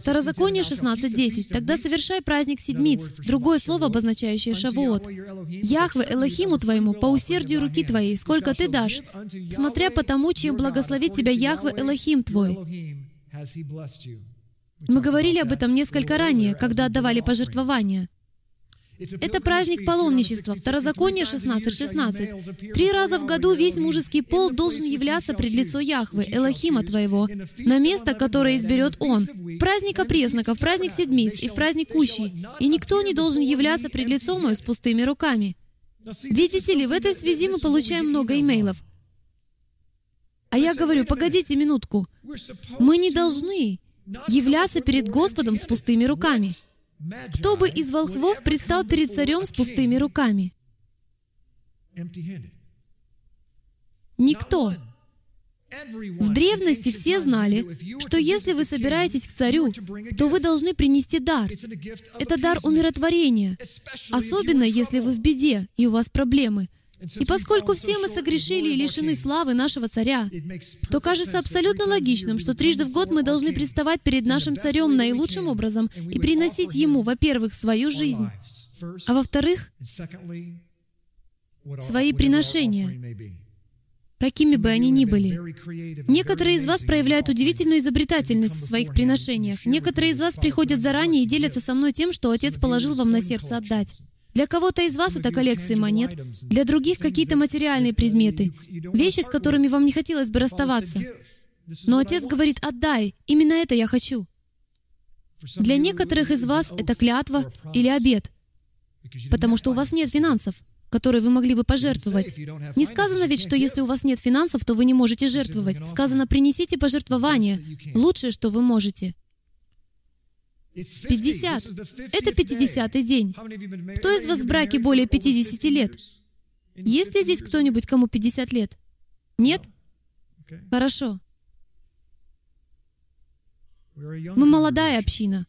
Второзаконие 16:10. «Тогда совершай праздник седмиц», другое слово, обозначающее Шавуот. «Яхве Элохиму твоему по усердию руки твоей, сколько ты дашь, смотря по тому, чем благословит тебя Яхве Элохим твой». Мы говорили об этом несколько ранее, когда отдавали пожертвования. Это праздник паломничества, Второзаконие 16:16. 3 раза в году весь мужеский пол должен являться пред лицо Яхвы, Элохима твоего, на место, которое изберет Он. В праздник опресноков, в праздник седмиц и в праздник кущей. И никто не должен являться пред лицом Мое с пустыми руками. Видите ли, в этой связи мы получаем много имейлов. А я говорю, погодите минутку. Мы не должны являться перед Господом с пустыми руками. Кто бы из волхвов предстал перед царем с пустыми руками? Никто. В древности все знали, что если вы собираетесь к царю, то вы должны принести дар. Это дар умиротворения, особенно если вы в беде и у вас проблемы. И поскольку все мы согрешили и лишены славы нашего царя, то кажется абсолютно логичным, что трижды в год мы должны представать перед нашим царем наилучшим образом и приносить ему, во-первых, свою жизнь, а во-вторых, свои приношения, какими бы они ни были. Некоторые из вас проявляют удивительную изобретательность в своих приношениях. Некоторые из вас приходят заранее и делятся со мной тем, что Отец положил вам на сердце отдать. Для кого-то из вас это коллекции монет, для других какие-то материальные предметы, вещи, с которыми вам не хотелось бы расставаться. Но Отец говорит, отдай, именно это я хочу. Для некоторых из вас это клятва или обет, потому что у вас нет финансов, которые вы могли бы пожертвовать. Не сказано ведь, что если у вас нет финансов, то вы не можете жертвовать. Сказано, принесите пожертвования, лучшее, что вы можете. 50. Это 50-й день. Кто из вас в браке более 50 лет? Есть ли здесь кто-нибудь, кому 50 лет? Нет? Хорошо. Мы молодая община.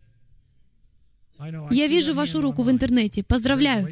Я вижу вашу руку в интернете. Поздравляю.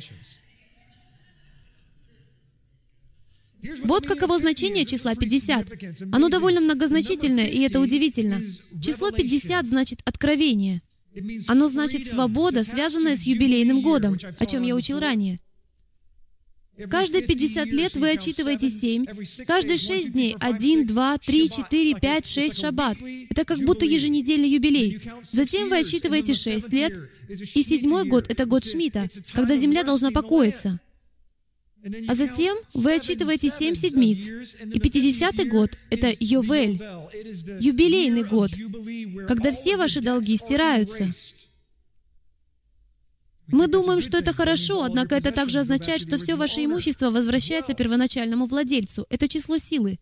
Вот каково значение числа 50. Оно довольно многозначительное, и это удивительно. Число 50 значит «откровение». Оно значит «свобода», связанная с юбилейным годом, о чем я учил ранее. Каждые 50 лет вы отчитываете 7, каждые 6 дней 1, 2, 3, 4, 5, 6 шаббат. Это как будто еженедельный юбилей. Затем вы отсчитываете 6 лет, и 7-й год — это год Шмита, когда земля должна покоиться. А затем вы отсчитываете 7 седмиц, и 50-й год — это Йовель, юбилейный год, когда все ваши долги стираются. Мы думаем, что это хорошо, однако это также означает, что все ваше имущество возвращается первоначальному владельцу. Это число силы.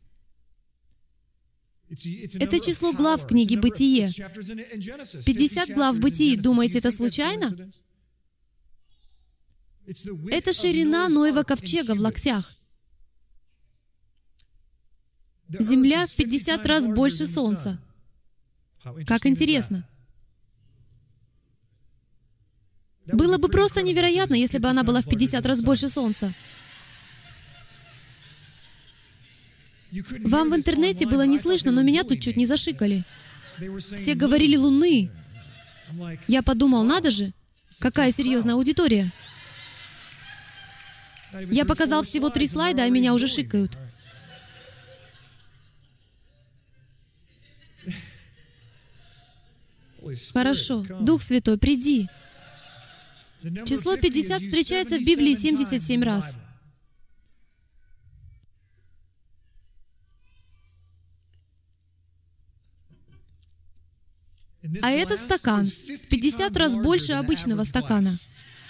Это число глав в книге «Бытие». 50 глав в Бытии. Думаете, это случайно? Это ширина Ноева ковчега в локтях. Земля в 50 раз больше Солнца. Как интересно. Было бы просто невероятно, если бы она была в 50 раз больше Солнца. Вам в интернете было не слышно, но меня тут чуть не зашикали. Все говорили «Луны». Я подумал, надо же, какая серьезная аудитория. Я показал всего 3 слайда, а меня уже шикают. Хорошо. Дух Святой, приди. Число 50 встречается в Библии 77 раз. А этот стакан в 50 раз больше обычного стакана.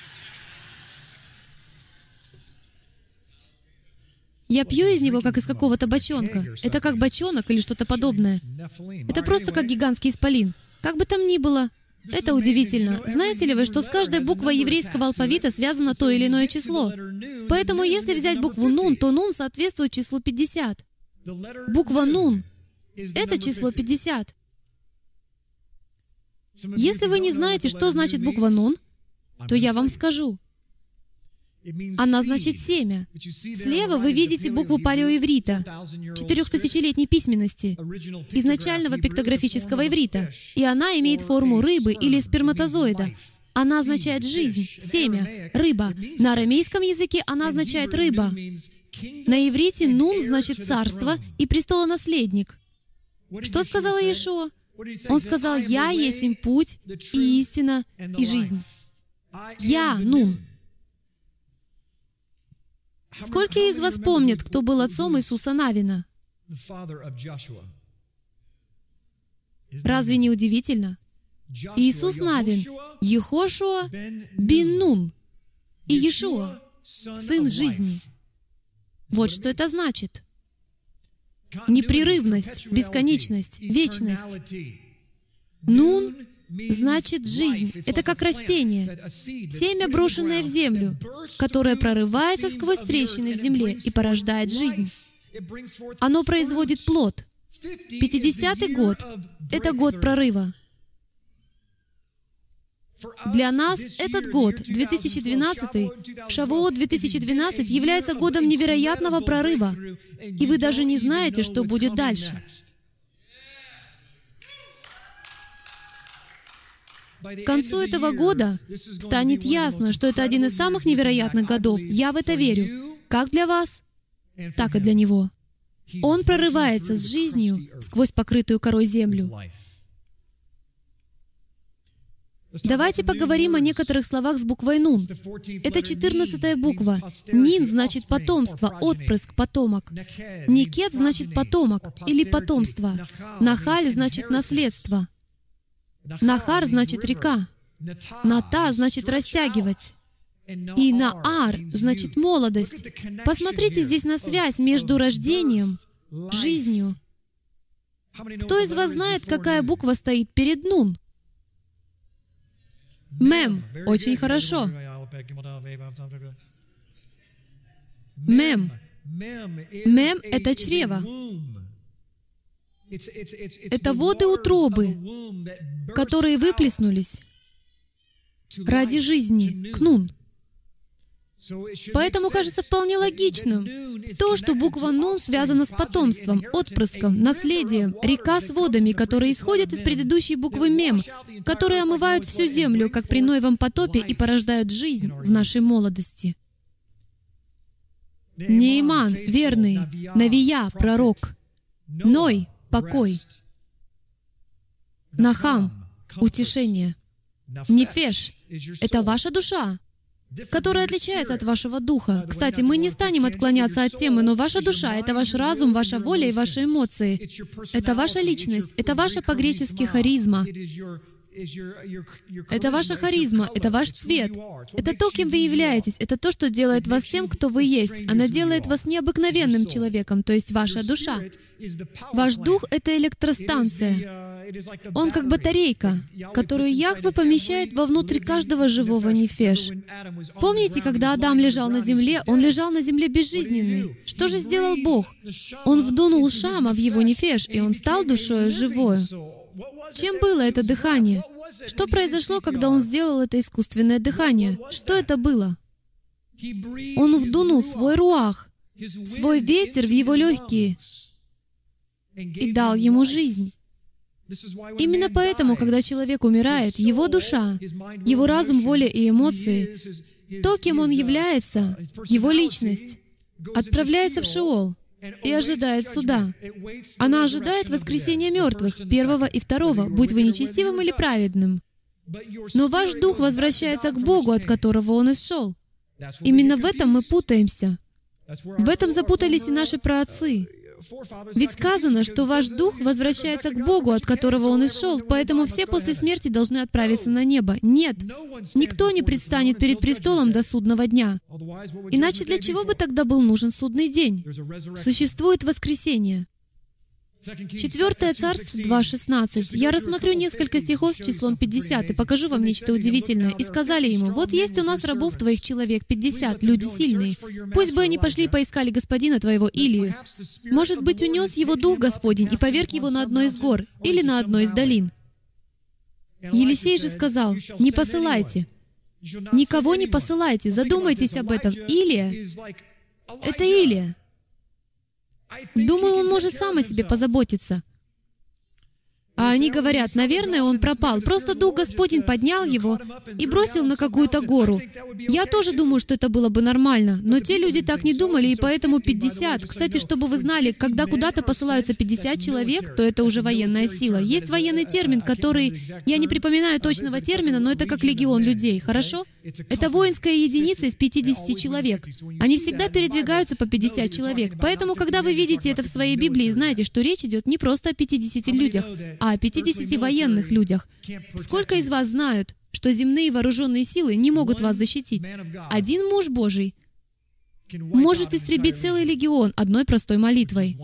Я пью из него, как из какого-то бочонка. Это как бочонок или что-то подобное. Это просто как гигантский исполин. Как бы там ни было, это удивительно. Знаете ли вы, что с каждой буквой еврейского алфавита связано то или иное число? Поэтому если взять букву «нун», то «нун» соответствует числу 50. Буква «нун» — это число 50. Если вы не знаете, что значит буква «нун», то я вам скажу. Она значит «семя». Слева вы видите букву палеоиврита, 4000-летней письменности, изначального пиктографического иврита, и она имеет форму рыбы или сперматозоида. Она означает «жизнь», «семя», «рыба». На арамейском языке она означает «рыба». На иврите «нун» значит «царство» и «престолонаследник». Что сказал Иешуа? Он сказал: «Я есть им путь, и истина, и жизнь». Я Нун. Сколько из вас помнят, кто был отцом Иисуса Навина? Разве не удивительно? Иисус Навин, Йехошуа бен Нун и Иешуа, сын жизни. Вот что это значит. Непрерывность, бесконечность, вечность. Нун значит жизнь. Это как растение, семя, брошенное в землю, которое прорывается сквозь трещины в земле и порождает жизнь. Оно производит плод. 50-й год — это год прорыва. Для нас этот год, 2012, Шавуот 2012, является годом невероятного прорыва, и вы даже не знаете, что будет дальше. К концу этого года станет ясно, что это один из самых невероятных годов. Я в это верю. Как для вас, так и для Него. Он прорывается с жизнью сквозь покрытую корой землю. Давайте поговорим о некоторых словах с буквой «нун». Это 14-я буква. «Нин» значит «потомство», «отпрыск», «потомок». «Некет» значит «потомок» или «потомство». «Нахаль» значит «наследство». «Нахар» значит «река». «Ната» значит «растягивать». И «наар» значит «молодость». Посмотрите здесь на связь между рождением, жизнью. Кто из вас знает, какая буква стоит перед «нун»? Мем. Очень хорошо. Мем. Мем — это чрево. Это воды утробы, которые выплеснулись ради жизни, к нун. Поэтому кажется вполне логичным то, что буква «нун» связана с потомством, отпрыском, наследием, река с водами, которые исходят из предыдущей буквы «мем», которые омывают всю землю, как при Ноевом потопе, и порождают жизнь в нашей молодости. Неиман, верный, Навия, пророк, Ной, покой, Нахам, утешение, Нефеш — это ваша душа, которая отличается от вашего духа. Кстати, мы не станем отклоняться от темы, но ваша душа — это ваш разум, ваша воля и ваши эмоции. Это ваша личность, это ваша по-гречески харизма. Это ваша харизма, это ваш цвет. Это то, кем вы являетесь, это то, что делает вас тем, кто вы есть. Она делает вас необыкновенным человеком, то есть ваша душа. Ваш дух — это электростанция. Он как батарейка, которую Яхве помещает вовнутрь каждого живого нефеш. Помните, когда Адам лежал на земле, он лежал на земле безжизненный. Что же сделал Бог? Он вдунул шама в его нефеш, и он стал душою живою. Чем было это дыхание? Что произошло, когда он сделал это искусственное дыхание? Что это было? Он вдунул свой руах, свой ветер в его легкие и дал ему жизнь. Именно поэтому, когда человек умирает, его душа, его разум, воля и эмоции, то, кем он является, его личность, отправляется в Шеол и ожидает суда. Она ожидает воскресения мертвых, первого и второго, будь вы нечестивым или праведным. Но ваш дух возвращается к Богу, от которого он исшел. Именно в этом мы путаемся. В этом запутались и наши праотцы. Ведь сказано, что ваш дух возвращается к Богу, от которого он исшел, поэтому все после смерти должны отправиться на небо. Нет, никто не предстанет перед престолом до судного дня. Иначе для чего бы тогда был нужен судный день? Существует воскресение. 4 Царств 2:16. «Я рассмотрю несколько стихов с числом 50 и покажу вам нечто удивительное. И сказали ему: вот есть у нас рабов твоих человек 50, люди сильные. Пусть бы они пошли и поискали господина твоего Илию. Может быть, унес его дух Господень и поверг его на одной из гор или на одной из долин. Елисей же сказал: не посылайте. Никого не посылайте. Задумайтесь об этом. Илия — это Илия. Думаю, он может сам о себе позаботиться. А они говорят, наверное, он пропал. Просто Дух Господень поднял его и бросил на какую-то гору. Я тоже думаю, что это было бы нормально. Но те люди так не думали, и поэтому 50. Кстати, чтобы вы знали, когда куда-то посылаются 50 человек, то это уже военная сила. Есть военный термин, который... Я не припоминаю точного термина, но это как легион людей, хорошо? Это воинская единица из 50 человек. Они всегда передвигаются по 50 человек. Поэтому, когда вы видите это в своей Библии, знайте, что речь идет не просто о 50 людях, а о 50 военных людях. Сколько из вас знают, что земные вооруженные силы не могут вас защитить? Один муж Божий может истребить целый легион одной простой молитвой.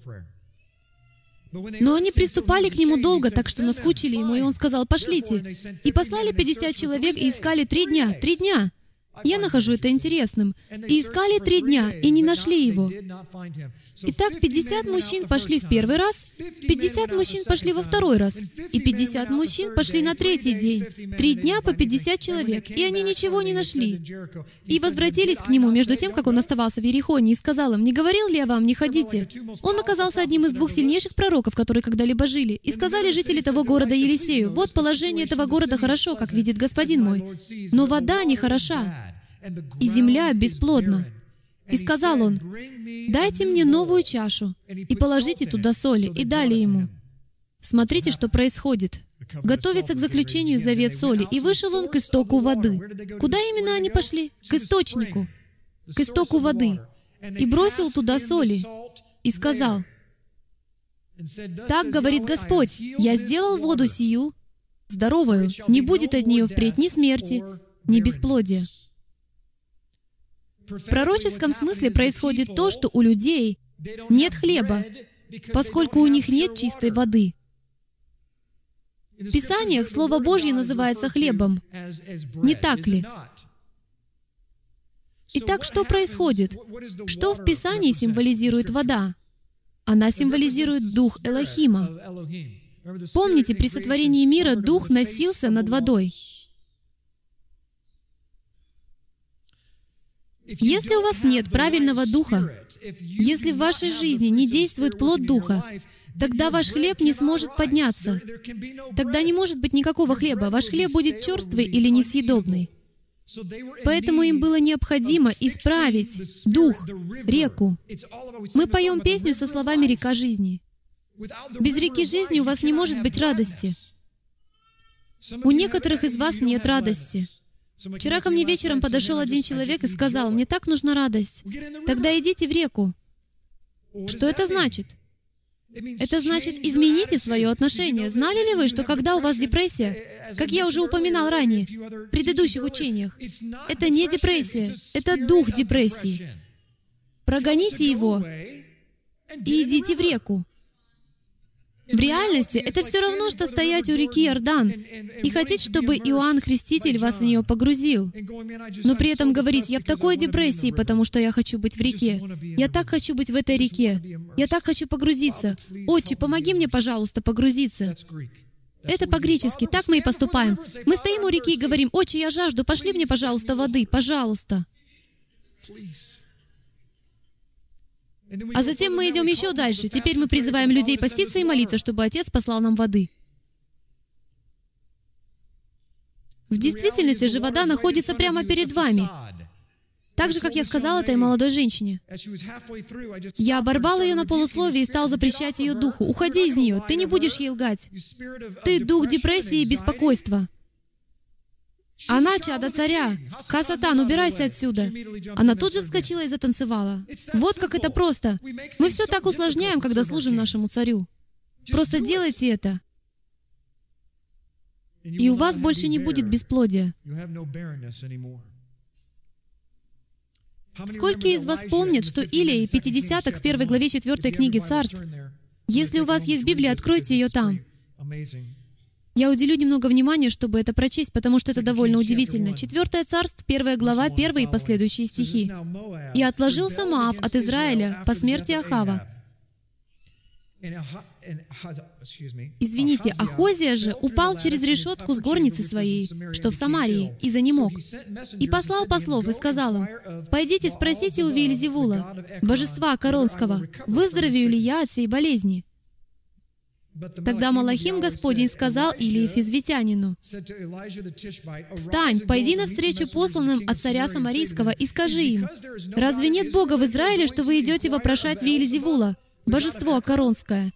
Но они приступали к нему долго, так что наскучили ему, и он сказал, «Пошлите». И послали 50 человек, и искали 3 дня. 3 дня. Я нахожу это интересным. И искали 3 дня, и не нашли его. Итак, 50 мужчин пошли в первый раз, 50 мужчин пошли во второй раз, и 50 мужчин пошли на третий день. 3 дня по 50 человек, и они ничего не нашли. И возвратились к нему между тем, как он оставался в Иерихоне, и сказал им, «Не говорил ли я вам, не ходите?» Он оказался одним из 2 сильнейших пророков, которые когда-либо жили. И сказали жители того города Елисею, «Вот положение этого города хорошо, как видит господин мой, но вода не хороша, и земля бесплодна». И сказал он, «Дайте мне новую чашу и положите туда соли». И дали ему. Смотрите, что происходит. Готовится к заключению завет соли. И вышел он к истоку воды. Куда именно они пошли? К источнику, к истоку воды. И бросил туда соли. И сказал, «Так говорит Господь, я сделал воду сию здоровую, не будет от нее впредь ни смерти, ни бесплодия». В пророческом смысле происходит то, что у людей нет хлеба, поскольку у них нет чистой воды. В Писаниях Слово Божье называется хлебом. Не так ли? Итак, что происходит? Что в Писании символизирует вода? Она символизирует Дух Элохима. Помните, при сотворении мира Дух носился над водой. Если у вас нет правильного Духа, если в вашей жизни не действует плод Духа, тогда ваш хлеб не сможет подняться. Тогда не может быть никакого хлеба. Ваш хлеб будет черствый или несъедобный. Поэтому им было необходимо исправить Дух, реку. Мы поем песню со словами «Река жизни». Без реки жизни у вас не может быть радости. У некоторых из вас нет радости. Вчера ко мне вечером подошел один человек и сказал, «Мне так нужна радость». Тогда идите в реку. Что это значит? Это значит, измените свое отношение. Знали ли вы, что когда у вас депрессия, как я уже упоминал ранее, в предыдущих учениях, это не депрессия, это дух депрессии. Прогоните его и идите в реку. В реальности это все равно, что стоять у реки Иордан и хотеть, чтобы Иоанн Креститель вас в нее погрузил, но при этом говорить, «Я в такой депрессии, потому что я хочу быть в реке. Я так хочу быть в этой реке. Я так хочу погрузиться. Отче, помоги мне, пожалуйста, погрузиться». Это по-гречески. Так мы и поступаем. Мы стоим у реки и говорим, «Отче, я жажду, пошли мне, пожалуйста, воды, пожалуйста». А затем мы идем еще дальше. Теперь мы призываем людей поститься и молиться, чтобы Отец послал нам воды. В действительности же вода находится прямо перед вами. Так же, как я сказал этой молодой женщине. Я оборвал ее на полусловие и стал запрещать ее духу. «Уходи из нее, ты не будешь ей лгать. Ты дух депрессии и беспокойства. Она чадо царя. Ха-Сатан, убирайся отсюда». Она тут же вскочила и затанцевала. Вот как это просто. Мы все так усложняем, когда служим нашему царю. Просто делайте это. И у вас больше не будет бесплодия. Сколько из вас помнят, что Илия и 50-ок в 1 главе 4 книги Царств? Если у вас есть Библия, откройте ее там. Я уделю немного внимания, чтобы это прочесть, потому что это довольно удивительно. 4 Царств, 1 глава, 1 и последующие стихи. «И отложился Моав от Израиля по смерти Ахава. Извините, Ахозия же упал через решетку с горницы своей, что в Самарии, и занемог. И послал послов и сказал им: «Пойдите спросите у Веельзевула, божества Коронского, выздоровею ли я от сей болезни». Тогда Малахим Господень сказал Илии Физвитянину: «Встань, пойди навстречу посланным от царя Самарийского и скажи им: разве нет Бога в Израиле, что вы идете вопрошать Веельзевула, божество Коронское?»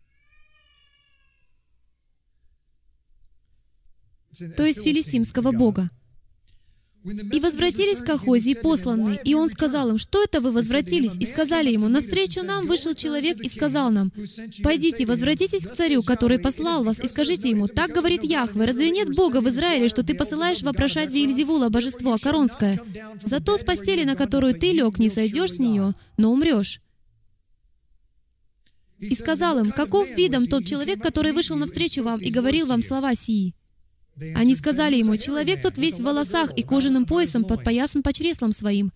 То есть филистимского бога. «И возвратились к Ахозии посланные, и он сказал им: что это вы возвратились? И сказали ему: навстречу нам вышел человек и сказал нам: пойдите, возвратитесь к царю, который послал вас, и скажите ему: так говорит Яхве, разве нет Бога в Израиле, что ты посылаешь вопрошать Веельзевула, божество Коронское? Зато с постели, на которую ты лег, не сойдешь с нее, но умрешь». И сказал им: каков видом тот человек, который вышел навстречу вам и говорил вам слова сии? Они сказали ему: человек тот весь в волосах и кожаным поясом подпоясан по чреслам своим.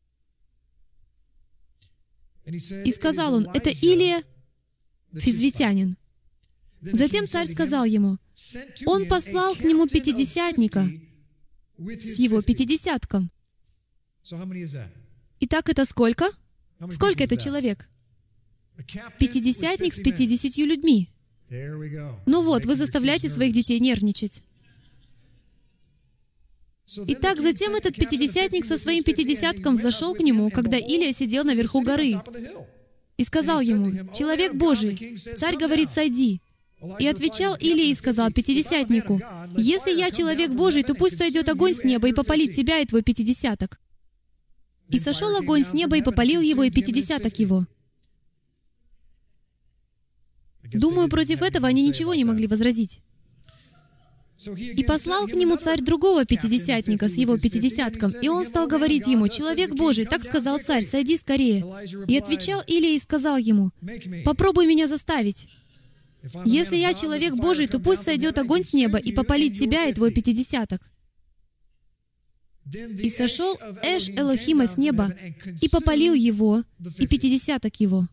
И сказал он: это Илия Физвитянин. Затем царь сказал ему: он послал к нему пятидесятника с его пятидесятком. Итак, это сколько? Сколько это человек? Пятидесятник с 50 людьми. Ну вот, вы заставляете своих детей нервничать. Итак, затем этот пятидесятник со своим пятидесятком взошел к нему, когда Илия сидел наверху горы, и сказал ему: «Человек Божий, царь говорит: сойди». И отвечал Илия и сказал пятидесятнику: «Если я человек Божий, то пусть сойдет огонь с неба и попалит тебя и твой пятидесяток». И сошел огонь с неба и попалил его и пятидесяток его. Думаю, против этого они ничего не могли возразить. И послал к нему царь другого пятидесятника с его пятидесятком, и он стал говорить ему: «Человек Божий, так сказал царь, сойди скорее». И отвечал Илия и сказал ему: «Попробуй меня заставить. Если я человек Божий, то пусть сойдет огонь с неба и попалит тебя и твой пятидесяток». И сошел Эш Элохима с неба и попалил его и пятидесяток его.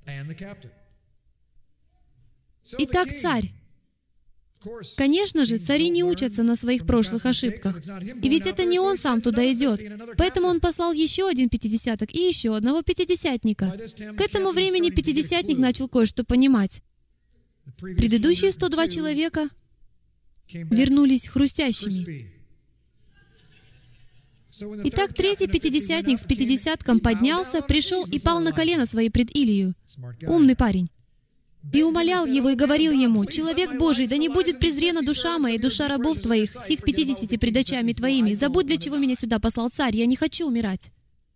Итак, царь. Конечно же, цари не учатся на своих прошлых ошибках. И ведь это не он сам туда идет. Поэтому он послал еще один пятидесяток и еще одного пятидесятника. К этому времени пятидесятник начал кое-что понимать. Предыдущие 102 человека вернулись хрустящими. Итак, третий пятидесятник с пятидесятком поднялся, пришел и пал на колено свои пред Илию. Умный парень. И умолял его и говорил ему: «Человек Божий, да не будет презрена душа моя и душа рабов твоих, сих 50 пред очами твоими. Забудь, для чего меня сюда послал царь, я не хочу умирать».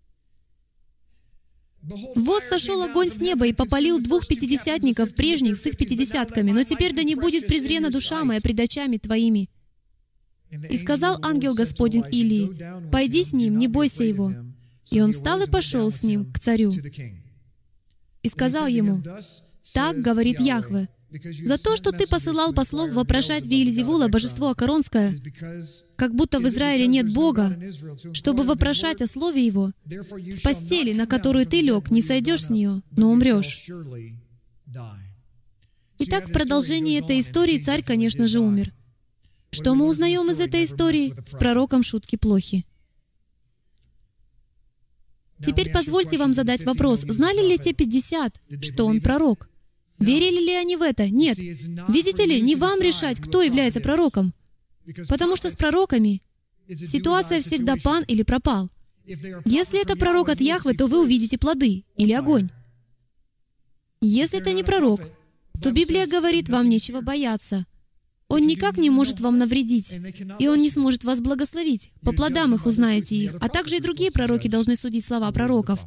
Вот сошел огонь с неба и попалил 2 пятидесятников прежних с их пятидесятками, но теперь да не будет презрена душа моя пред очами твоими. И сказал ангел Господень Илии: «Пойди с ним, не бойся его». И он встал и пошел с ним к царю. И сказал ему: «Так говорит Яхве: за то, что ты посылал послов вопрошать Веельзевула, божество Коронское, как будто в Израиле нет Бога, чтобы вопрошать о слове Его, с постели, на которую ты лег, не сойдешь с нее, но умрешь». Итак, в продолжении этой истории царь, конечно же, умер. Что мы узнаем из этой истории? С пророком шутки плохи. Теперь позвольте вам задать вопрос. Знали ли те 50, что он пророк? Верили ли они в это? Нет. Видите ли, не вам решать, кто является пророком. Потому что с пророками ситуация всегда пан или пропал. Если это пророк от Яхве, то вы увидите плоды или огонь. Если это не пророк, то Библия говорит, вам нечего бояться. Он никак не может вам навредить, и он не сможет вас благословить. По плодам их узнаете их, а также и другие пророки должны судить слова пророков.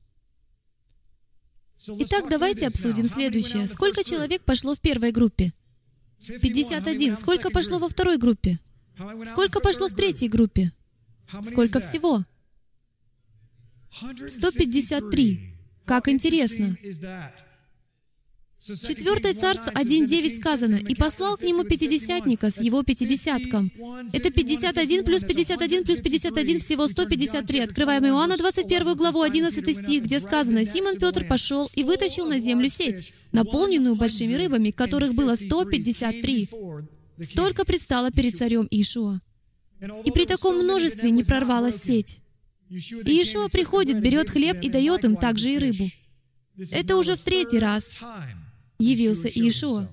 Итак, давайте обсудим следующее. Сколько человек пошло в первой группе? 51. Сколько пошло во второй группе? Сколько пошло в третьей группе? Сколько всего? 153. Как интересно. 4 Царств 1:9 сказано: «И послал к нему пятидесятника с его пятидесятком». Это 51 плюс 51 плюс 51, всего 153. Открываем Иоанна 21 главу, 11 стих, где сказано: «Симон Петр пошел и вытащил на землю сеть, наполненную большими рыбами, которых было 153. Столько предстало перед царем Иешуа. И при таком множестве не прорвалась сеть. И Иешуа приходит, берет хлеб и дает им также и рыбу». Это уже в 3-й раз явился Иешуа.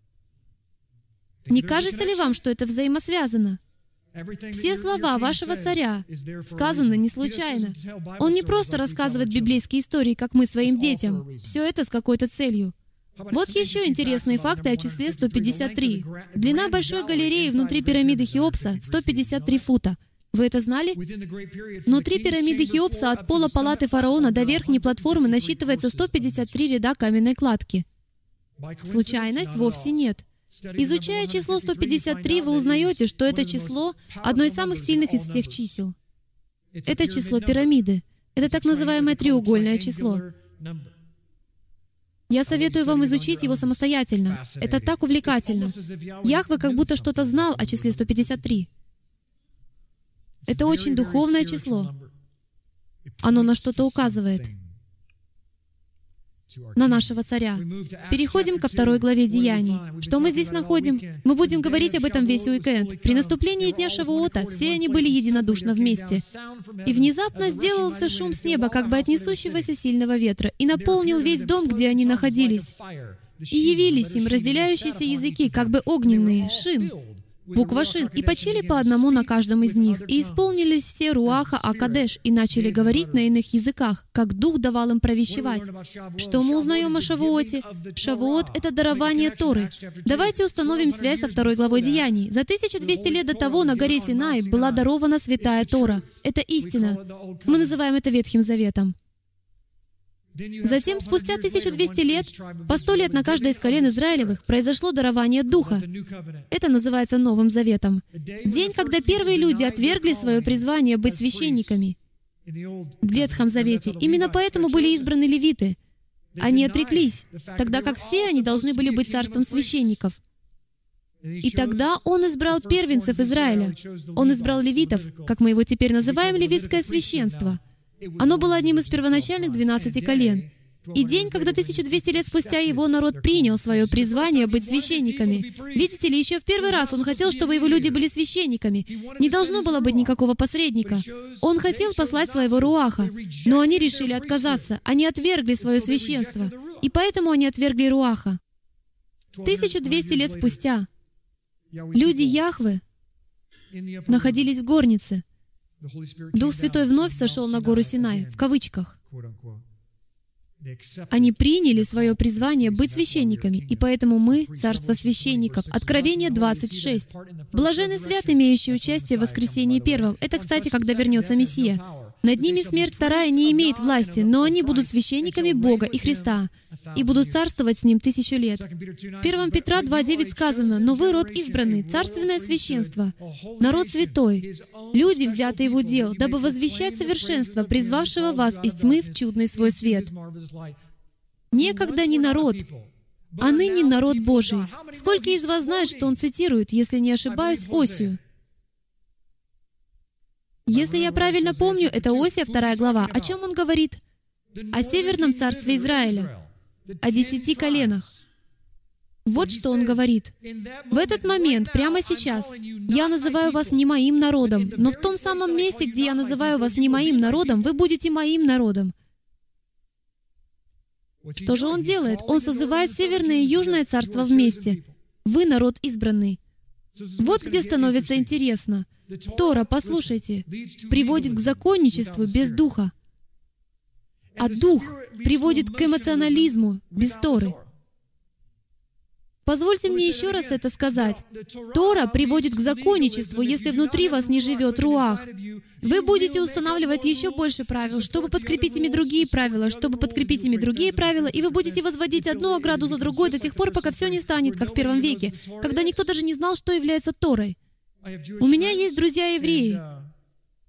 Не кажется ли вам, что это взаимосвязано? Все слова вашего царя сказаны не случайно. Он не просто рассказывает библейские истории, как мы своим детям. Все это с какой-то целью. Вот еще интересные факты о числе 153. Длина большой галереи внутри пирамиды Хеопса — 153 фута. Вы это знали? Внутри пирамиды Хеопса от пола палаты фараона до верхней платформы насчитывается 153 ряда каменной кладки. Случайность? Вовсе нет. Изучая число 153, вы узнаете, что это число — одно из самых сильных из всех чисел. Это число пирамиды. Это так называемое треугольное число. Я советую вам изучить его самостоятельно. Это так увлекательно. Яхве как будто что-то знал о числе 153. Это очень духовное число. Оно на что-то указывает. На нашего царя. Переходим ко 2 главе Деяний. Что мы здесь находим? Мы будем говорить об этом весь уикенд. При наступлении дня Шавуота все они были единодушно вместе. И внезапно сделался шум с неба, как бы от несущегося сильного ветра, и наполнил весь дом, где они находились. И явились им разделяющиеся языки, как бы огненные, шин, буква шин, и почили по одному на каждом из них, и исполнились все Руаха Акадеш, и начали говорить на иных языках, как Дух давал им провещевать. Что мы узнаем о Шавуоте? Шавуот — это дарование Торы. Давайте установим связь со 2 главой Деяний. За 1200 лет до того на горе Синай была дарована святая Тора. Это истина. Мы называем это Ветхим Заветом. Затем, спустя 1200 лет, по 100 лет на каждое из колен Израилевых произошло дарование Духа. Это называется Новым Заветом. День, когда первые люди отвергли свое призвание быть священниками в Ветхом Завете. Именно поэтому были избраны левиты. Они отреклись, тогда как все они должны были быть царством священников. И тогда Он избрал первенцев Израиля. Он избрал левитов, как мы его теперь называем, левитское священство. Оно было одним из первоначальных 12 колен. И день, когда 1200 лет спустя его народ принял свое призвание быть священниками. Видите ли, еще в первый раз он хотел, чтобы его люди были священниками. Не должно было быть никакого посредника. Он хотел послать своего Руаха, но они решили отказаться. Они отвергли свое священство. И поэтому они отвергли Руаха. 1200 лет спустя люди Яхве находились в горнице. Дух Святой вновь сошел на гору Синай, в кавычках. Они приняли свое призвание быть священниками, и поэтому мы — царство священников. Откровение 26. Блаженны свят, имеющие участие в воскресении первом. Это, кстати, когда вернется Мессия. Над ними смерть вторая не имеет власти, но они будут священниками Бога и Христа и будут царствовать с Ним 1000 лет. В 1 Петра 2:9 сказано: «Но вы род избранный, царственное священство, народ святой, люди, взятые в удел, дабы возвещать совершенство, призвавшего вас из тьмы в чудный свой свет». Некогда не народ, а ныне народ Божий. Сколько из вас знает, что он цитирует, если не ошибаюсь, Осию? Если я правильно помню, это Осия 2 глава. О чем он говорит? О Северном царстве Израиля, о 10 коленах. Вот что он говорит. В этот момент, прямо сейчас, я называю вас не моим народом, но в том самом месте, где я называю вас не моим народом, вы будете моим народом. Что же он делает? Он созывает Северное и Южное царство вместе. Вы народ избранный. Вот где становится интересно. Тора, послушайте, приводит к законничеству без духа, а дух приводит к эмоционализму без Торы. Позвольте мне еще раз это сказать. Тора приводит к законничеству, если внутри вас не живет руах. Вы будете устанавливать еще больше правил, чтобы подкрепить ими другие правила, чтобы подкрепить ими другие правила, и вы будете возводить одну ограду за другой до тех пор, пока все не станет, как в первом веке, когда никто даже не знал, что является Торой. У меня есть друзья-евреи,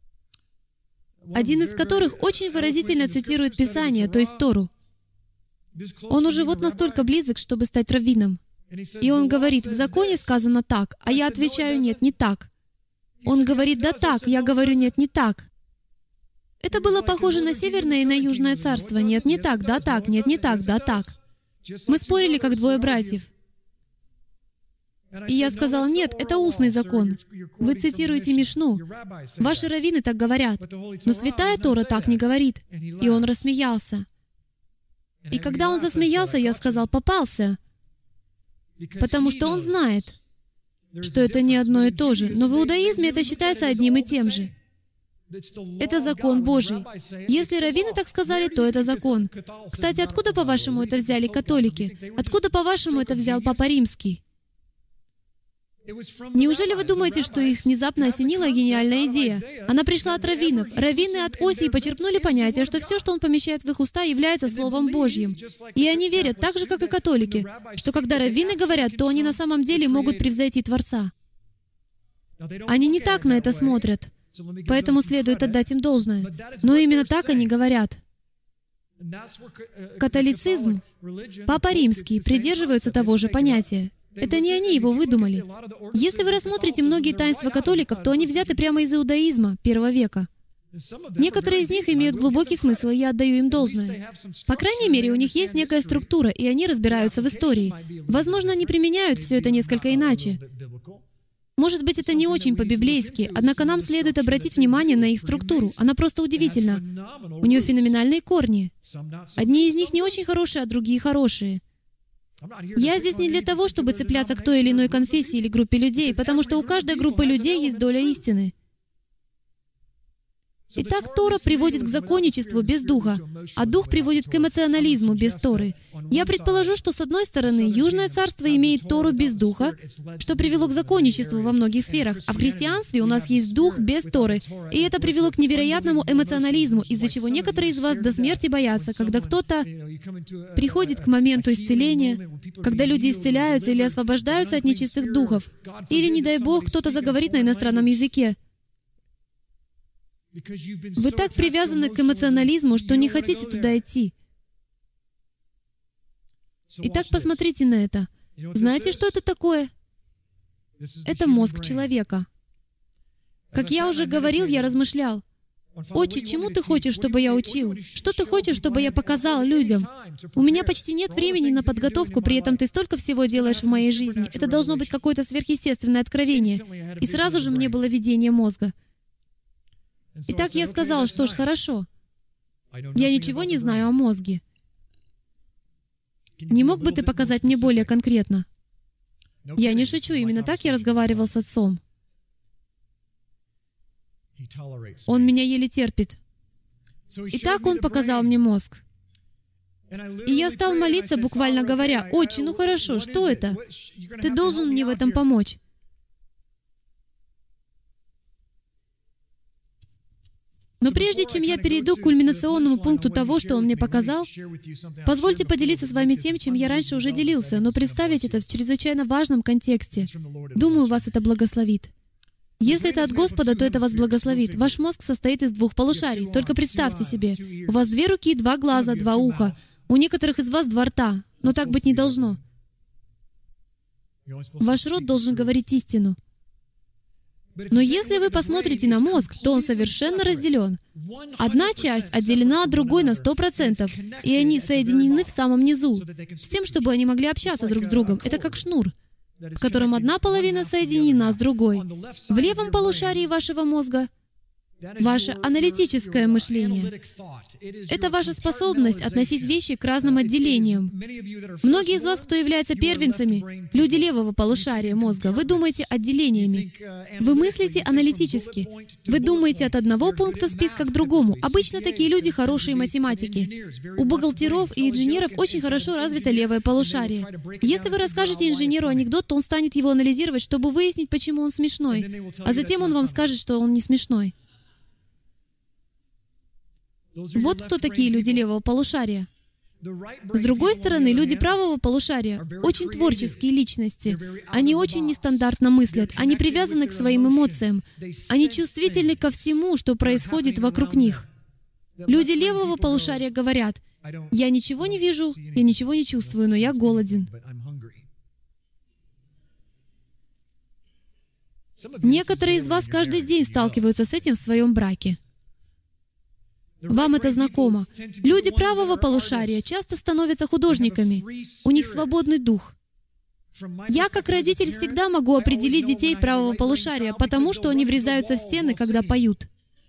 один из которых очень выразительно цитирует Писание, то есть Тору. Он уже вот настолько близок, чтобы стать раввином. И он говорит, в законе сказано так, а я отвечаю, нет, не так. Он говорит, да так, я говорю, нет, не так. Это было похоже на Северное и на Южное царство. Нет, не так, да так, нет, не так, да так. Мы спорили, как двое братьев. И я сказал, нет, это устный закон. Вы цитируете Мишну. Ваши раввины так говорят. Но Святая Тора так не говорит. И он рассмеялся. И когда он засмеялся, я сказал, попался. Потому что он знает, что это не одно и то же. Но в иудаизме это считается одним и тем же. Это закон Божий. Если раввины так сказали, то это закон. Кстати, откуда, по-вашему, это взяли католики? Откуда, по-вашему, это взял Папа Римский? Неужели вы думаете, что их внезапно осенила гениальная идея? Она пришла от раввинов. Раввины от Осии почерпнули понятие, что все, что он помещает в их уста, является Словом Божьим. И они верят, так же, как и католики, что когда раввины говорят, то они на самом деле могут превзойти Творца. Они не так на это смотрят, поэтому следует отдать им должное. Но именно так они говорят. Католицизм, Папа Римский придерживаются того же понятия. Это не они его выдумали. Если вы рассмотрите многие таинства католиков, то они взяты прямо из иудаизма I века. Некоторые из них имеют глубокий смысл, и я отдаю им должное. По крайней мере, у них есть некая структура, и они разбираются в истории. Возможно, они применяют все это несколько иначе. Может быть, это не очень по-библейски, однако нам следует обратить внимание на их структуру. Она просто удивительна. У нее феноменальные корни. Одни из них не очень хорошие, а другие хорошие. Я здесь не для того, чтобы цепляться к той или иной конфессии или группе людей, потому что у каждой группы людей есть доля истины. Итак, Тора приводит к законничеству без духа, а дух приводит к эмоционализму без Торы. Я предположу, что с одной стороны, Южное царство имеет Тору без духа, что привело к законничеству во многих сферах, а в христианстве у нас есть дух без Торы, и это привело к невероятному эмоционализму, из-за чего некоторые из вас до смерти боятся, когда кто-то приходит к моменту исцеления, когда люди исцеляются или освобождаются от нечистых духов, или, не дай Бог, кто-то заговорит на иностранном языке. Вы так привязаны к эмоционализму, что не хотите туда идти. Итак, посмотрите на это. Знаете, что это такое? Это мозг человека. Как я уже говорил, я размышлял. «Отче, чему ты хочешь, чтобы я учил? Что ты хочешь, чтобы я показал людям? У меня почти нет времени на подготовку, при этом ты столько всего делаешь в моей жизни. Это должно быть какое-то сверхъестественное откровение». И сразу же мне было видение мозга. Итак, я сказал, что ж, хорошо. Я ничего не знаю о мозге. Не мог бы ты показать мне более конкретно? Я не шучу, именно так я разговаривал с отцом. Он меня еле терпит. Итак, он показал мне мозг. И я стал молиться, буквально говоря, «Отче, ну хорошо, что это? Ты должен мне в этом помочь». Но прежде чем я перейду к кульминационному пункту того, что он мне показал, позвольте поделиться с вами тем, чем я раньше уже делился, но представить это в чрезвычайно важном контексте. Думаю, вас это благословит. Если это от Господа, то это вас благословит. Ваш мозг состоит из 2 полушарий. Только представьте себе, у вас 2 руки, 2 глаза, 2 уха. У некоторых из вас 2 рта, но так быть не должно. Ваш рот должен говорить истину. Но если вы посмотрите на мозг, то он совершенно разделен. Одна часть отделена от другой на 100%, и они соединены в самом низу, с тем, чтобы они могли общаться друг с другом. Это как шнур, в котором одна половина соединена с другой. В левом полушарии вашего мозга ваше аналитическое мышление. Это ваша способность относить вещи к разным отделениям. Многие из вас, кто являются первенцами, люди левого полушария мозга, вы думаете отделениями. Вы мыслите аналитически. Вы думаете от одного пункта списка к другому. Обычно такие люди хорошие математики. У бухгалтеров и инженеров очень хорошо развито левое полушарие. Если вы расскажете инженеру анекдот, то он станет его анализировать, чтобы выяснить, почему он смешной. А затем он вам скажет, что он не смешной. Вот кто такие люди левого полушария. С другой стороны, люди правого полушария — очень творческие личности. Они очень нестандартно мыслят, они привязаны к своим эмоциям, они чувствительны ко всему, что происходит вокруг них. Люди левого полушария говорят, Я ничего не вижу, я ничего не чувствую, но я голоден. Некоторые из вас каждый день сталкиваются с этим в своем браке. Вам это знакомо. Люди правого полушария часто становятся художниками. У них свободный дух. Я, как родитель, всегда могу определить детей правого полушария, потому что они врезаются в стены, когда поют.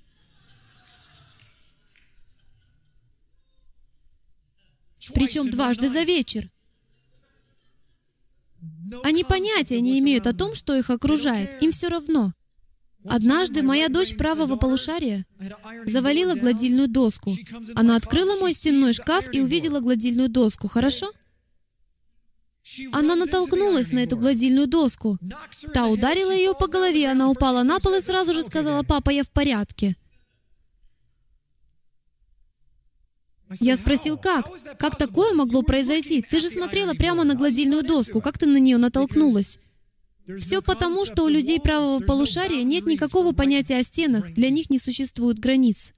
Причем дважды за вечер. Они понятия не имеют о том, что их окружает. Им все равно. Однажды моя дочь правого полушария завалила гладильную доску. Она открыла мой стенной шкаф и увидела гладильную доску. Хорошо? Она натолкнулась на эту гладильную доску. Та ударила ее по голове, она упала на пол и сразу же сказала: «Папа, я в порядке». Я спросил, как? Как такое могло произойти? Ты же смотрела прямо на гладильную доску. Как ты на нее натолкнулась? Все потому, что у людей правого полушария нет никакого понятия о стенах. Для них не существует границ.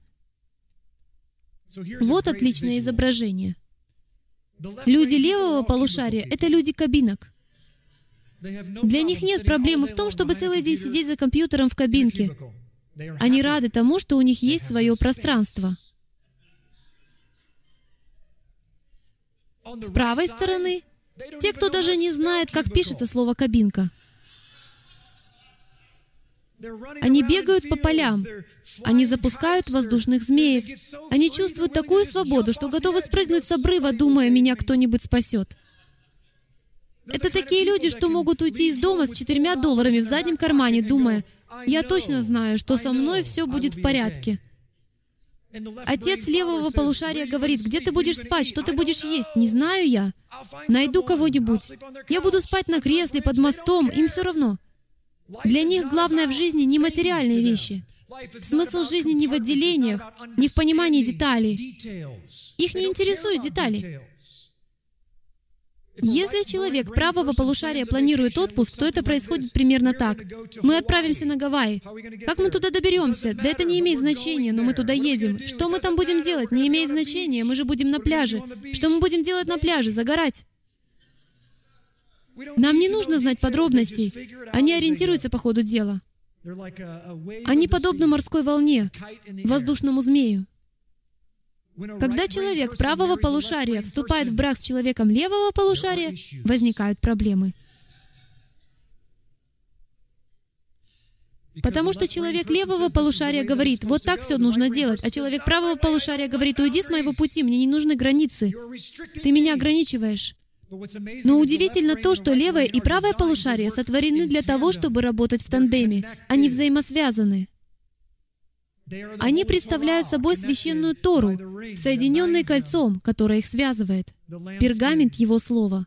Вот отличное изображение. Люди левого полушария — это люди кабинок. Для них нет проблемы в том, чтобы целый день сидеть за компьютером в кабинке. Они рады тому, что у них есть свое пространство. С правой стороны — те, кто даже не знает, как пишется слово «кабинка». Они бегают по полям, они запускают воздушных змеев, они чувствуют такую свободу, что готовы спрыгнуть с обрыва, думая, меня кто-нибудь спасет. Это такие люди, что могут уйти из дома с $4 в заднем кармане, думая, я точно знаю, что со мной все будет в порядке. Отец левого полушария говорит: где ты будешь спать, что ты будешь есть? Не знаю я. Найду кого-нибудь. Я буду спать на кресле, под мостом, им все равно. Для них главное в жизни не материальные вещи. Смысл жизни не в отделениях, не в понимании деталей. Их не интересуют детали. Если человек правого полушария планирует отпуск, то это происходит примерно так. Мы отправимся на Гавайи. Как мы туда доберемся? Да это не имеет значения, но мы туда едем. Что мы там будем делать? Не имеет значения, мы же будем на пляже. Что мы будем делать на пляже? Загорать. Нам не нужно знать подробностей. Они ориентируются по ходу дела. Они подобны морской волне, воздушному змею. Когда человек правого полушария вступает в брак с человеком левого полушария, возникают проблемы. Потому что человек левого полушария говорит: вот так все нужно делать, а человек правого полушария говорит: уйди с моего пути, мне не нужны границы. Ты меня ограничиваешь. Но удивительно то, что левое и правое полушарие сотворены для того, чтобы работать в тандеме. Они взаимосвязаны. Они представляют собой священную Тору, соединенную кольцом, которое их связывает. Пергамент Его Слова.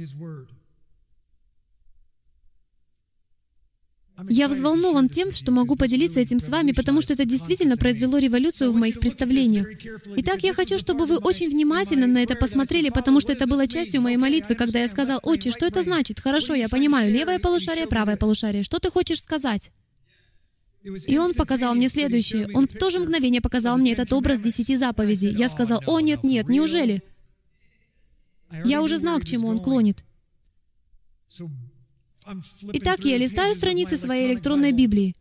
Я взволнован тем, что могу поделиться этим с вами, потому что это действительно произвело революцию в моих представлениях. Итак, я хочу, чтобы вы очень внимательно на это посмотрели, потому что это было частью моей молитвы, когда я сказал: «Отче, что это значит? Хорошо, я понимаю, левое полушарие, правое полушарие. Что ты хочешь сказать?» И он показал мне следующее. Он в то же мгновение показал мне этот образ 10 заповедей. Я сказал: «О, нет, нет, неужели?» Я уже знал, к чему он клонит. Итак, я листаю страницы своей электронной Библии.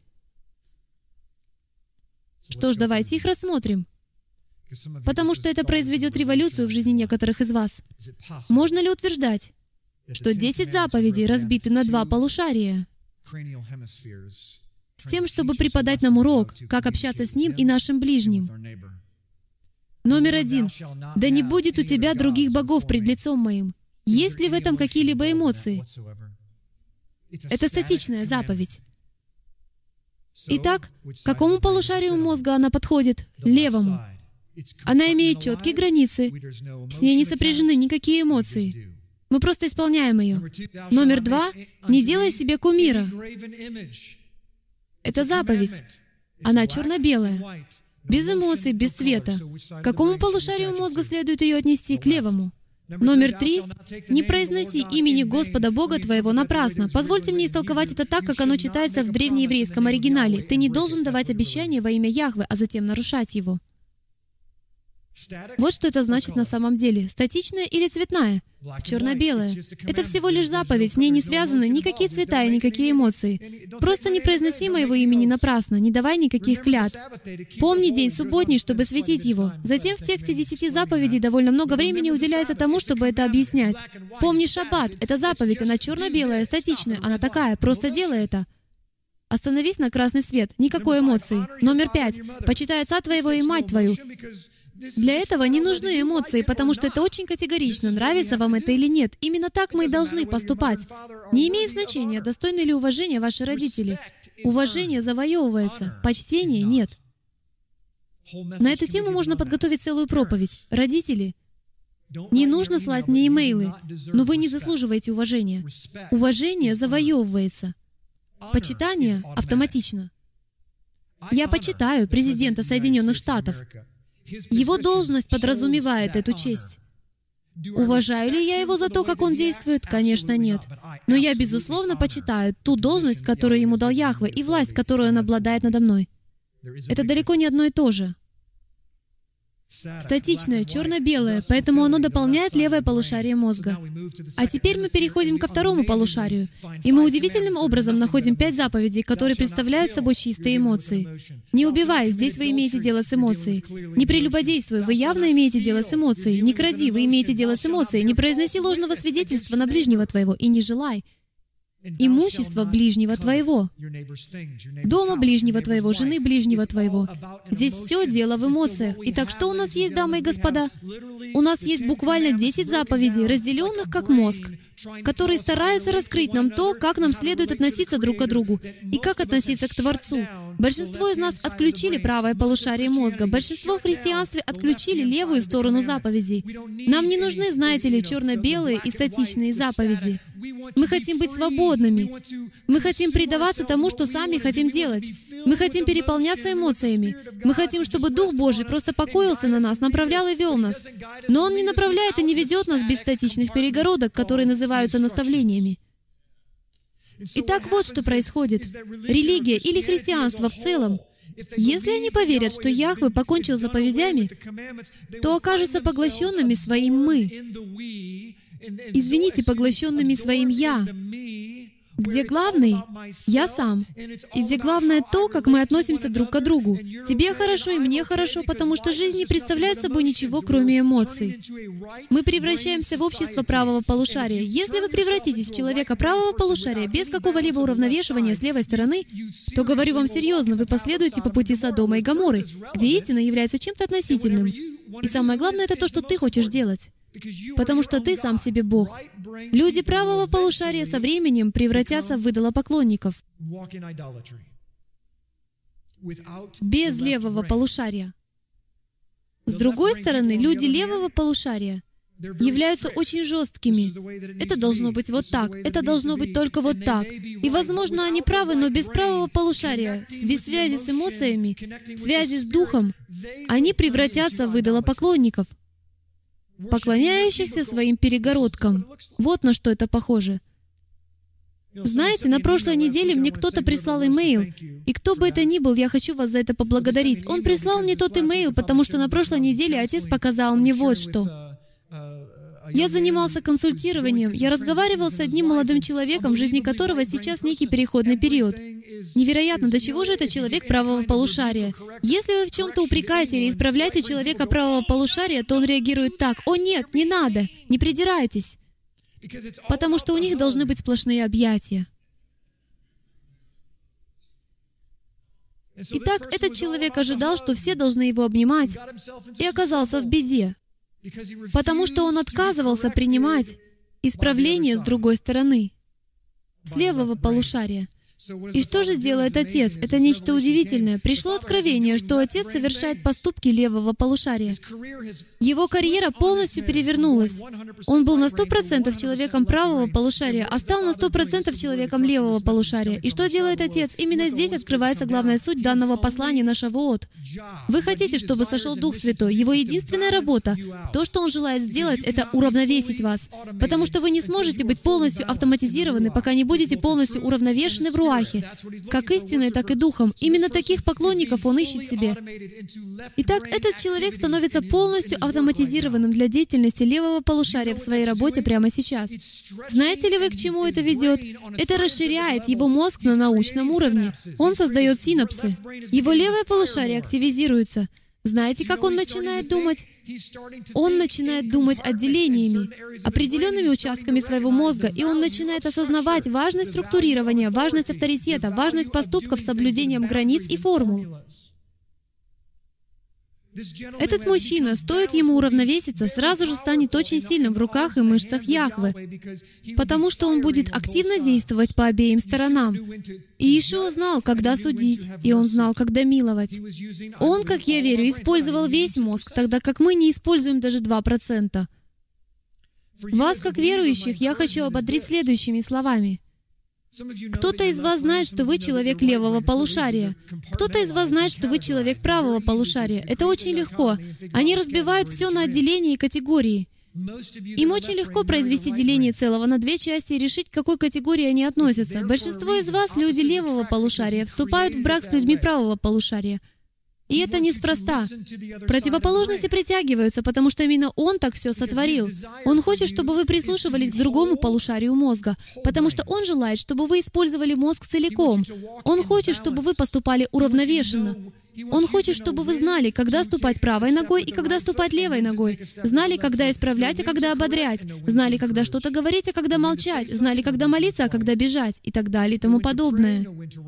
Что ж, давайте их рассмотрим. Потому что это произведет революцию в жизни некоторых из вас. Можно ли утверждать, что 10 заповедей разбиты на 2 полушария? С тем, чтобы преподать нам урок, как общаться с Ним и нашим ближним. Номер 1. «Да не будет у тебя других богов пред лицом моим». Есть ли в этом какие-либо эмоции? Это статичная заповедь. Итак, к какому полушарию мозга она подходит? Левому. Она имеет четкие границы. С ней не сопряжены никакие эмоции. Мы просто исполняем ее. Номер 2. «Не делай себе кумира». Это заповедь. Она черно-белая. Без эмоций, без цвета. К какому полушарию мозга следует ее отнести? К левому. Номер 3. «Не произноси имени Господа Бога твоего напрасно». Позвольте мне истолковать это так, как оно читается в древнееврейском оригинале. Ты не должен давать обещание во имя Яхве, а затем нарушать его. Вот что это значит на самом деле. Статичная или цветная? Черно-белая. Это всего лишь заповедь, с ней не связаны никакие цвета и никакие эмоции. Просто не произноси моего имени напрасно, не давай никаких клятв. Помни день субботний, чтобы светить его. Затем в тексте 10 заповедей довольно много времени уделяется тому, чтобы это объяснять. Помни шаббат. Это заповедь, она черно-белая, статичная, она такая, просто делай это. Остановись на красный свет, никакой эмоции. Номер 5. Почитай отца твоего и мать твою. Для этого не нужны эмоции, потому что это очень категорично, нравится вам это или нет. Именно так мы и должны поступать. Не имеет значения, достойны ли уважения ваши родители. Уважение завоевывается, почтение нет. На эту тему можно подготовить целую проповедь. Родители, не нужно слать мне имейлы, но вы не заслуживаете уважения. Уважение завоевывается. Почитание автоматично. Я почитаю президента Соединенных Штатов. Его должность подразумевает эту честь. Уважаю ли я его за то, как он действует? Конечно, нет. Но я, безусловно, почитаю ту должность, которую ему дал Яхве, и власть, которую он обладает надо мной. Это далеко не одно и то же. Статичное, черно-белое, поэтому оно дополняет левое полушарие мозга. А теперь мы переходим ко второму полушарию, и мы удивительным образом находим 5 заповедей, которые представляют собой чистые эмоции. Не убивай, здесь вы имеете дело с эмоцией. Не прелюбодействуй, вы явно имеете дело с эмоцией. Не кради, вы имеете дело с эмоцией. Не произноси ложного свидетельства на ближнего твоего, и не желай имущество ближнего твоего, дома ближнего твоего, жены ближнего твоего. Здесь все дело в эмоциях. Итак, что у нас есть, дамы и господа? У нас есть буквально 10 заповедей, разделенных как мозг, которые стараются раскрыть нам то, как нам следует относиться друг к другу и как относиться к Творцу. Большинство из нас отключили правое полушарие мозга. Большинство в христианстве отключили левую сторону заповедей. Нам не нужны, знаете ли, черно-белые и статичные заповеди. Мы хотим быть свободными. Мы хотим предаваться тому, что сами хотим делать. Мы хотим переполняться эмоциями. Мы хотим, чтобы Дух Божий просто покоился на нас, направлял и вел нас. Но Он не направляет и не ведет нас без статичных перегородок, которые называются наставлениями. Итак, вот что происходит. Религия или христианство в целом, если они поверят, что Яхве покончил с заповедями, то окажутся поглощенными своим «мы». Извините, поглощенными своим «я», где главный — я сам, и где главное то, как мы относимся друг к другу. Тебе хорошо и мне хорошо, потому что жизнь не представляет собой ничего, кроме эмоций. Мы превращаемся в общество правого полушария. Если вы превратитесь в человека правого полушария без какого-либо уравновешивания с левой стороны, то, говорю вам серьезно, вы последуете по пути Содома и Гоморры, где истина является чем-то относительным. И самое главное — это то, что ты хочешь делать. Потому что ты сам себе Бог. Люди правого полушария со временем превратятся в идолопоклонников. Без левого полушария. С другой стороны, люди левого полушария являются очень жесткими. Это должно быть вот так, это должно быть только вот так. И, возможно, они правы, но без правого полушария, без связи с эмоциями, связи с духом, они превратятся в идолопоклонников, поклоняющихся своим перегородкам. Вот на что это похоже. Знаете, на прошлой неделе мне кто-то прислал имейл, и кто бы это ни был, я хочу вас за это поблагодарить. Он прислал мне тот имейл, потому что на прошлой неделе отец показал мне вот что. Я занимался консультированием, я разговаривал с одним молодым человеком, в жизни которого сейчас некий переходный период. Невероятно, до чего же это человек правого полушария? Если вы в чем-то упрекаете или исправляете человека правого полушария, то он реагирует так: «О нет, не надо, не придирайтесь», потому что у них должны быть сплошные объятия. Итак, этот человек ожидал, что все должны его обнимать, и оказался в беде, потому что он отказывался принимать исправление с другой стороны, с левого полушария. И что же делает отец? Это нечто удивительное. Пришло откровение, что отец совершает поступки левого полушария. Его карьера полностью перевернулась. Он был на 100% человеком правого полушария, а стал на 100% человеком левого полушария. И что делает отец? Именно здесь открывается главная суть данного послания на Шавуот. Вы хотите, чтобы сошел Дух Святой. Его единственная работа, то, что Он желает сделать, это уравновесить вас. Потому что вы не сможете быть полностью автоматизированы, пока не будете полностью уравновешены в роли. руахе, как истиной, так и духом. Именно таких поклонников он ищет себе. Итак, этот человек становится полностью автоматизированным для деятельности левого полушария в своей работе прямо сейчас. Знаете ли вы, к чему это ведет? Это расширяет его мозг на научном уровне. Он создает синапсы. Его левое полушарие активизируется. Знаете, как он начинает думать? Он начинает думать отделениями, определенными участками своего мозга, и он начинает осознавать важность структурирования, важность авторитета, важность поступков с соблюдением границ и формул. Этот мужчина, стоит ему уравновеситься, сразу же станет очень сильным в руках и мышцах Яхве, потому что он будет активно действовать по обеим сторонам. И Иешуа знал, когда судить, и он знал, когда миловать. Он, как я верю, использовал весь мозг, тогда как мы не используем даже 2%. Вас, как верующих, я хочу ободрить следующими словами. Кто-то из вас знает, что вы человек левого полушария. Кто-то из вас знает, что вы человек правого полушария. Это очень легко. Они разбивают все на отделения и категории. Им очень легко произвести деление целого на две части и решить, к какой категории они относятся. Большинство из вас, люди левого полушария, вступают в брак с людьми правого полушария. И это неспроста. Противоположности притягиваются, потому что именно Он так все сотворил. Он хочет, чтобы вы прислушивались к другому полушарию мозга, потому что Он желает, чтобы вы использовали мозг целиком. Он хочет, чтобы вы поступали уравновешенно. Он хочет, чтобы вы знали, когда ступать правой ногой и когда ступать левой ногой. Знали, когда исправлять, а когда ободрять. Знали, когда что-то говорить, а когда молчать. Знали, когда молиться, а когда бежать. И так далее, и тому подобное.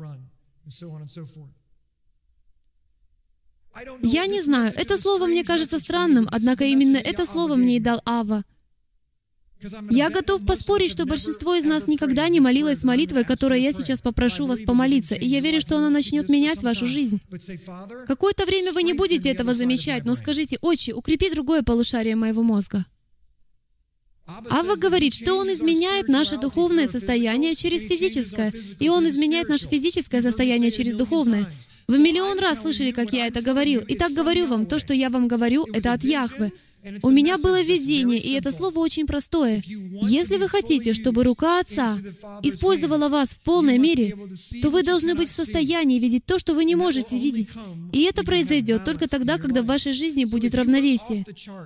Я не знаю, это слово мне кажется странным, однако именно это слово мне и дал Авва. Я готов поспорить, что большинство из нас никогда не молилось молитвой, которой я сейчас попрошу вас помолиться, и я верю, что она начнет менять вашу жизнь. Какое-то время вы не будете этого замечать, но скажите: «Отче, укрепи другое полушарие моего мозга». Авва говорит, что Он изменяет наше духовное состояние через физическое, и Он изменяет наше физическое состояние через духовное. Вы миллион раз слышали, как я это говорил. Итак, говорю вам, то, что я вам говорю, это от Яхве. У меня было видение, и это слово очень простое. Если вы хотите, чтобы рука Отца использовала вас в полной мере, то вы должны быть в состоянии видеть то, что вы не можете видеть. И это произойдет только тогда, когда в вашей жизни будет равновесие.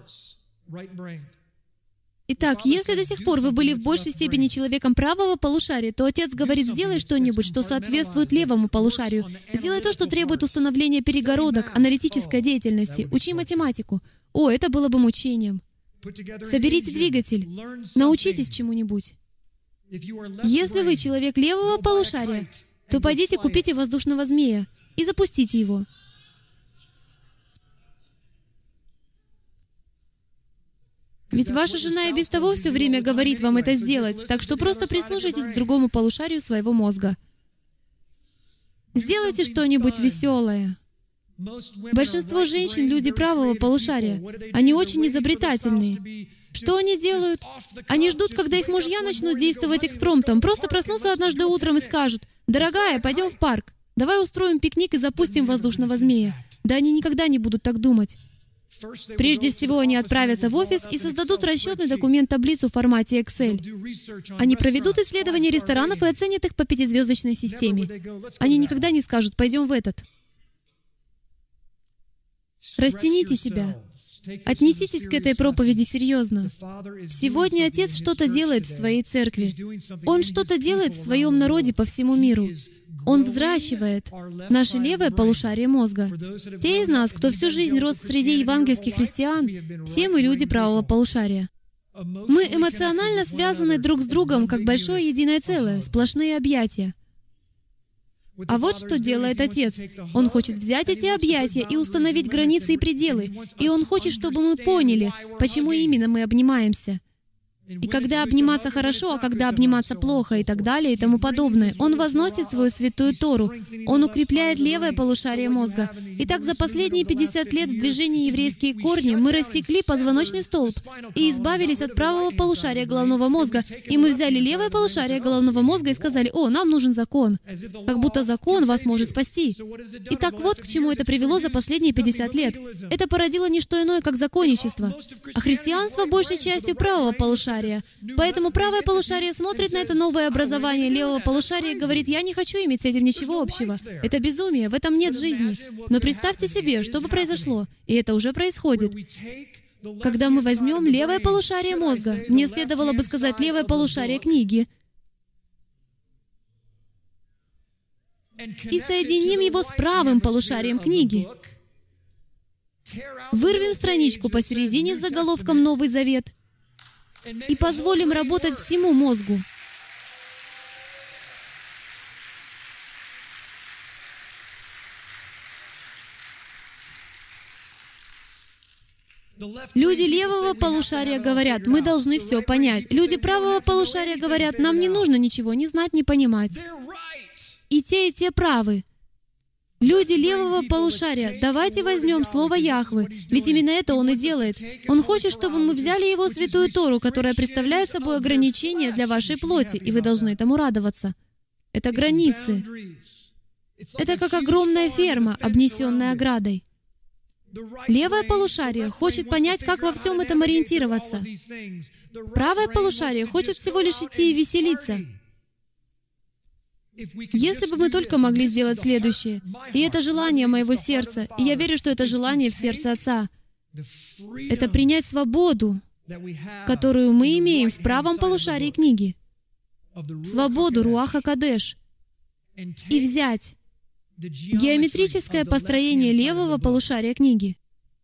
Итак, если до сих пор вы были в большей степени человеком правого полушария, то Отец говорит: сделай что-нибудь, что соответствует левому полушарию. Сделай то, что требует установления перегородок, аналитической деятельности. Учи математику. О, это было бы мучением. Соберите двигатель. Научитесь чему-нибудь. Если вы человек левого полушария, то пойдите купите воздушного змея и запустите его. Ведь ваша жена и без того все время говорит вам это сделать, так что просто прислушайтесь к другому полушарию своего мозга. Сделайте что-нибудь веселое. Большинство женщин — люди правого полушария. Они очень изобретательные. Что они делают? Они ждут, когда их мужья начнут действовать экспромтом. Просто проснутся однажды утром и скажут: «Дорогая, пойдем в парк. Давай устроим пикник и запустим воздушного змея». Да они никогда не будут так думать. Прежде всего, они отправятся в офис и создадут расчетный документ-таблицу в формате Excel. Они проведут исследования ресторанов и оценят их по 5-звездочной системе. Они никогда не скажут: «Пойдем в этот». Растяните себя. Отнеситесь к этой проповеди серьезно. Сегодня Отец что-то делает в своей церкви. Он что-то делает в своем народе по всему миру. Он взращивает наше левое полушарие мозга. Те из нас, кто всю жизнь рос в среде евангельских христиан, все мы люди правого полушария. Мы эмоционально связаны друг с другом, как большое единое целое, сплошные объятия. А вот что делает Отец. Он хочет взять эти объятия и установить границы и пределы. И Он хочет, чтобы мы поняли, почему именно мы обнимаемся. И когда обниматься хорошо, а когда обниматься плохо, и так далее, и тому подобное. Он возносит свою святую Тору. Он укрепляет левое полушарие мозга. Итак, за последние 50 лет в движении «Еврейские корни» мы рассекли позвоночный столб и избавились от правого полушария головного мозга. И мы взяли левое полушарие головного мозга и сказали: «О, нам нужен закон». Как будто закон вас может спасти. Итак, вот к чему это привело за последние 50 лет. Это породило не что иное, как законничество. А христианство большей частью правого полушария. полушария. Поэтому правое полушарие смотрит на это новое образование левого полушария и говорит: «Я не хочу иметь с этим ничего общего. Это безумие, в этом нет жизни». Но представьте себе, что бы произошло, и это уже происходит. Когда мы возьмем левое полушарие мозга, мне следовало бы сказать левое полушарие книги, и соединим его с правым полушарием книги. Вырвем страничку посередине с заголовком «Новый Завет» и позволим работать всему мозгу. Люди левого полушария говорят: «Мы должны все понять». Люди правого полушария говорят: «Нам не нужно ничего ни знать, ни понимать». И те правы. Люди левого полушария, давайте возьмем слово Яхве, ведь именно это Он и делает. Он хочет, чтобы мы взяли Его святую Тору, которая представляет собой ограничение для вашей плоти, и вы должны этому радоваться. Это границы. Это как огромная ферма, обнесенная оградой. Левое полушарие хочет понять, как во всем этом ориентироваться. Правое полушарие хочет всего лишь идти и веселиться. Если бы мы только могли сделать следующее, и это желание моего сердца, и я верю, что это желание в сердце Отца, это принять свободу, которую мы имеем в правом полушарии книги, свободу Руаха Кодеш, и взять геометрическое построение левого полушария книги.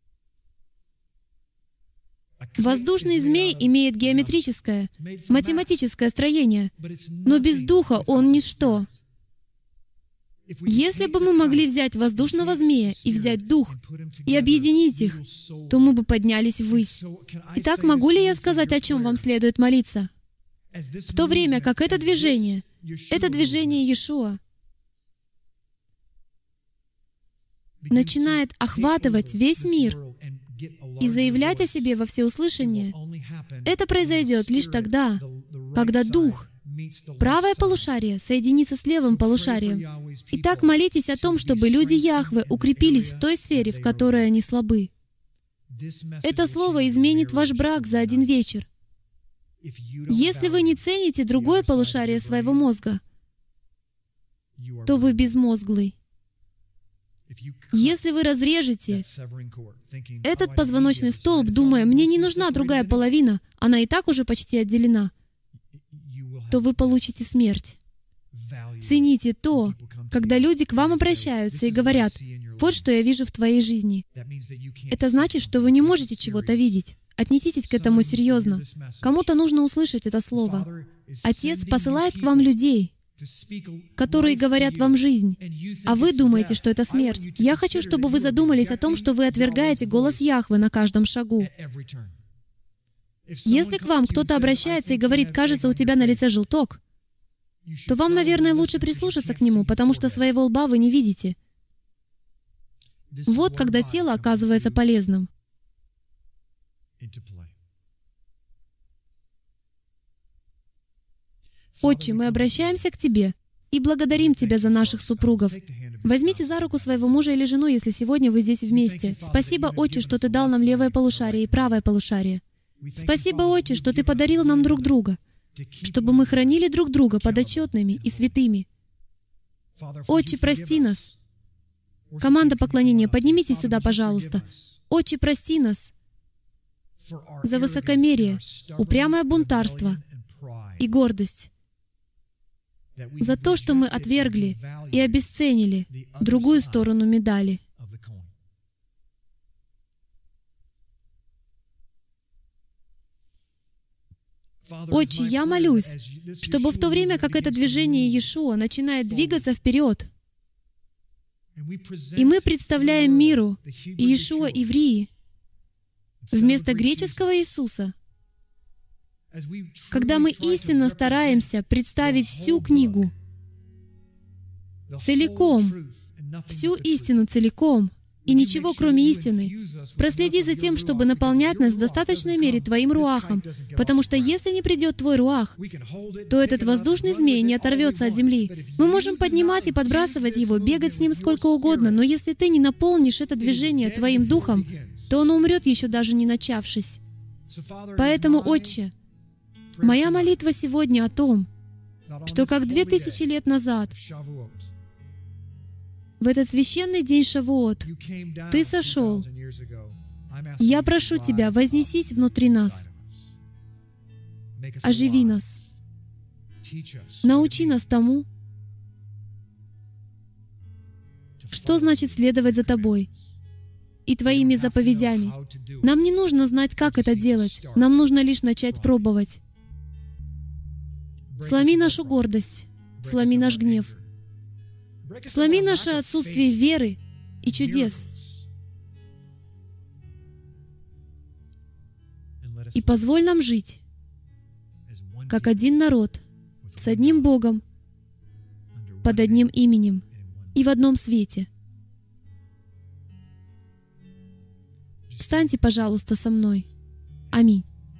Воздушный змей имеет геометрическое, математическое строение, но без духа он ничто. Если бы мы могли взять воздушного змея и взять дух, и объединить их, то мы бы поднялись ввысь. Итак, могу ли я сказать, о чем вам следует молиться? В то время как это движение Иешуа, начинает охватывать весь мир и заявлять о себе во всеуслышание, это произойдет лишь тогда, когда Дух, правое полушарие, соединится с левым полушарием. Итак, молитесь о том, чтобы люди Яхве укрепились в той сфере, в которой они слабы. Это слово изменит ваш брак за один вечер. Если вы не цените другое полушарие своего мозга, то вы безмозглый. Если вы разрежете этот позвоночный столб, думая: «Мне не нужна другая половина, она и так уже почти отделена», то вы получите смерть. Цените то, когда люди к вам обращаются и говорят: «Вот что я вижу в твоей жизни». Это значит, что вы не можете чего-то видеть. Отнеситесь к этому серьезно. Кому-то нужно услышать это слово. Отец посылает к вам людей, которые говорят вам жизнь, а вы думаете, что это смерть. Я хочу, чтобы вы задумались о том, что вы отвергаете голос Яхве на каждом шагу. Если к вам кто-то обращается и говорит: «Кажется, у тебя на лице желток», то вам, наверное, лучше прислушаться к нему, потому что своего лба вы не видите. Вот когда тело оказывается полезным. Отче, мы обращаемся к Тебе и благодарим Тебя за наших супругов. Возьмите за руку своего мужа или жену, если сегодня вы здесь вместе. Спасибо, Отче, что Ты дал нам левое полушарие и правое полушарие. Спасибо, Отче, что Ты подарил нам друг друга, чтобы мы хранили друг друга подотчетными и святыми. Отче, прости нас. Команда поклонения, поднимитесь сюда, пожалуйста. Отче, прости нас за высокомерие, упрямое бунтарство и гордость, за то, что мы отвергли и обесценили другую сторону медали. Отче, я молюсь, чтобы в то время, как это движение Иешуа начинает двигаться вперед, и мы представляем миру Иешуа Иврии вместо греческого Иисуса, когда мы истинно стараемся представить всю книгу целиком, всю истину целиком, и ничего, кроме истины, проследи за тем, чтобы наполнять нас в достаточной мере Твоим руахом, потому что если не придет Твой руах, то этот воздушный змей не оторвется от земли. Мы можем поднимать и подбрасывать его, бегать с ним сколько угодно, но если Ты не наполнишь это движение Твоим Духом, то оно умрет, еще даже не начавшись. Поэтому, Отче, Моя молитва сегодня о том, что как 2000 лет назад, в этот священный день Шавуот, Ты сошел. Я прошу Тебя, вознесись внутри нас, оживи нас, научи нас тому, что значит следовать за Тобой и Твоими заповедями. Нам не нужно знать, как это делать, нам нужно лишь начать пробовать. Сломи нашу гордость, сломи наш гнев, сломи наше отсутствие веры и чудес, и позволь нам жить как один народ, с одним Богом, под одним именем и в одном свете. Встаньте, пожалуйста, со мной. Аминь.